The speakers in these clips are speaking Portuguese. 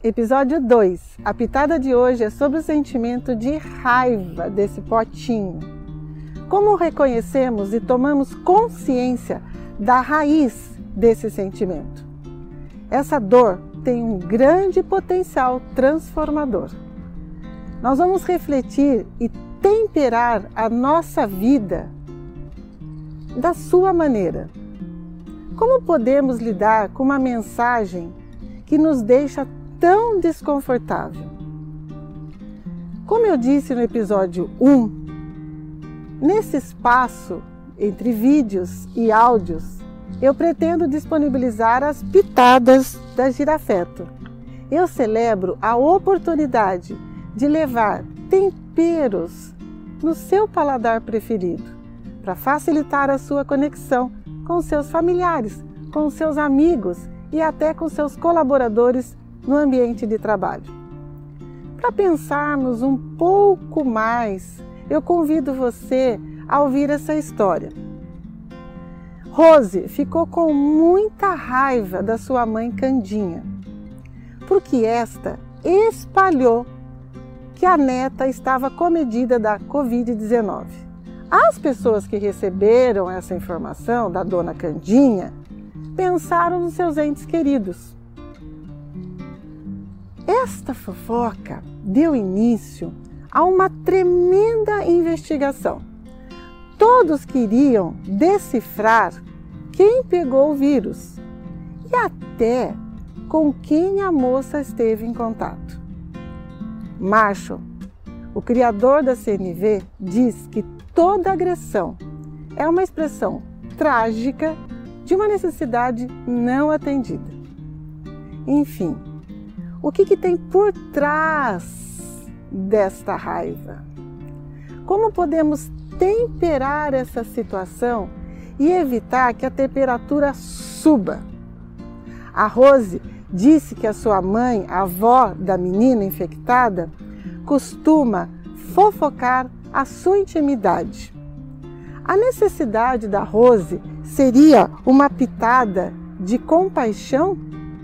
Episódio 2. A pitada de hoje é sobre o sentimento de raiva desse potinho. Como reconhecemos e tomamos consciência da raiz desse sentimento? Essa dor tem um grande potencial transformador. Nós vamos refletir e temperar a nossa vida da sua maneira. Como podemos lidar com uma mensagem que nos deixa tão desconfortável? Como eu disse no episódio 1, nesse espaço entre vídeos e áudios, eu pretendo disponibilizar as pitadas da Girafeto. Eu celebro a oportunidade de levar temperos no seu paladar preferido, para facilitar a sua conexão com seus familiares, com seus amigos e até com seus colaboradores no ambiente de trabalho. Para pensarmos um pouco mais, eu convido você a ouvir essa história. Rose ficou com muita raiva da sua mãe Candinha, porque esta espalhou que a neta estava comedida da Covid-19. As pessoas que receberam essa informação da dona Candinha pensaram nos seus entes queridos. Esta fofoca deu início a uma tremenda investigação. Todos queriam decifrar quem pegou o vírus e até com quem a moça esteve em contato. Marshall, o criador da CNV, diz que toda agressão é uma expressão trágica de uma necessidade não atendida. Enfim, o que tem por trás desta raiva? Como podemos temperar essa situação e evitar que a temperatura suba? A Rose disse que a sua mãe, a avó da menina infectada, costuma fofocar a sua intimidade. A necessidade da Rose seria uma pitada de compaixão?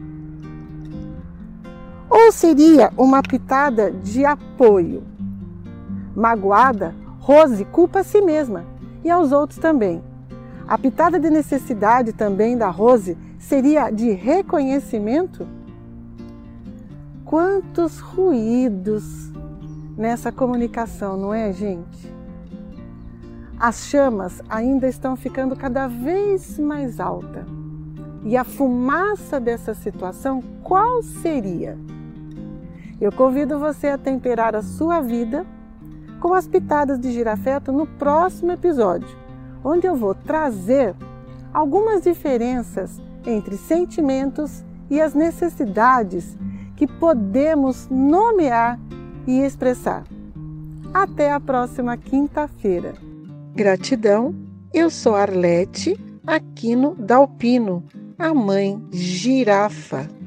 Ou seria uma pitada de apoio? Magoada, Rose culpa a si mesma e aos outros também. A pitada de necessidade também da Rose seria de reconhecimento? Quantos ruídos nessa comunicação, não é, gente? As chamas ainda estão ficando cada vez mais altas. E a fumaça dessa situação, qual seria? Eu convido você a temperar a sua vida com as pitadas de Girafeto no próximo episódio, onde eu vou trazer algumas diferenças entre sentimentos e as necessidades que podemos nomear e expressar. Até a próxima quinta-feira. Gratidão, eu sou Arlete Aquino Dalpino, a mãe girafa.